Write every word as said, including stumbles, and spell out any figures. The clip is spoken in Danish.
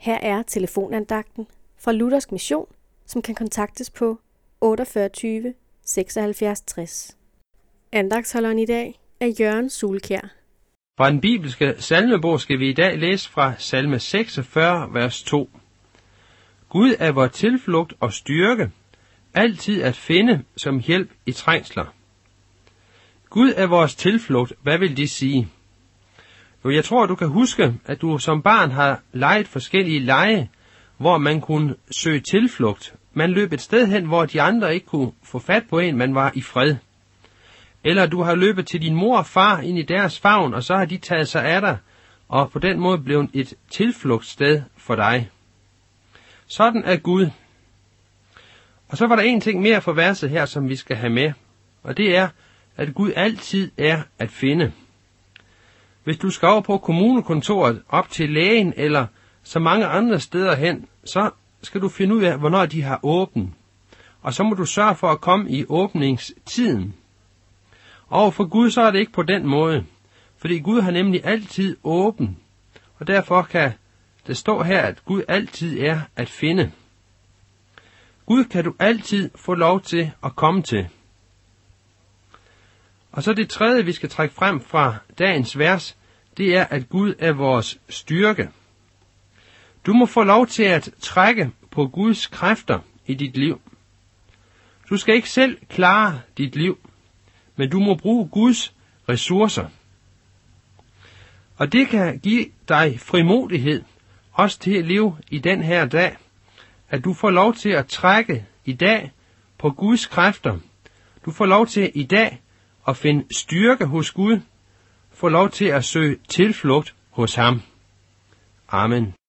Her er telefonandagten fra Luthersk Mission, som kan kontaktes på otteogfyrre tyve seksoghalvfjerds tres. Andagtsholderen i dag er Jørgen Sulkjær. Fra den bibelske salmebog skal vi i dag læse fra salme seksogfyrre, vers to. Gud er vor tilflugt og styrke, altid at finde som hjælp i trængsler. Gud er vores tilflugt, hvad vil det sige? Jo, jeg tror, du kan huske, at du som barn har leget forskellige lege, hvor man kunne søge tilflugt. Man løb et sted hen, hvor de andre ikke kunne få fat på en, man var i fred. Eller du har løbet til din mor og far ind i deres favn, og så har de taget sig af dig, og på den måde blevet et tilflugtssted for dig. Sådan er Gud. Og så var der en ting mere for verset her, som vi skal have med, og det er, at Gud altid er at finde. Hvis du skal over på kommunekontoret, op til lægen eller så mange andre steder hen, så skal du finde ud af, hvornår de har åbent. Og så må du sørge for at komme i åbningstiden. Og for Gud så er det ikke på den måde, fordi Gud har nemlig altid åben, og derfor kan det stå her, at Gud altid er at finde. Gud kan du altid få lov til at komme til. Og så det tredje, vi skal trække frem fra dagens vers, det er, at Gud er vores styrke. Du må få lov til at trække på Guds kræfter i dit liv. Du skal ikke selv klare dit liv, men du må bruge Guds ressourcer. Og det kan give dig frimodighed, også til at leve i den her dag, at du får lov til at trække i dag på Guds kræfter. Du får lov til i dag at finde styrke hos Gud, få lov til at søge tilflugt hos ham. Amen.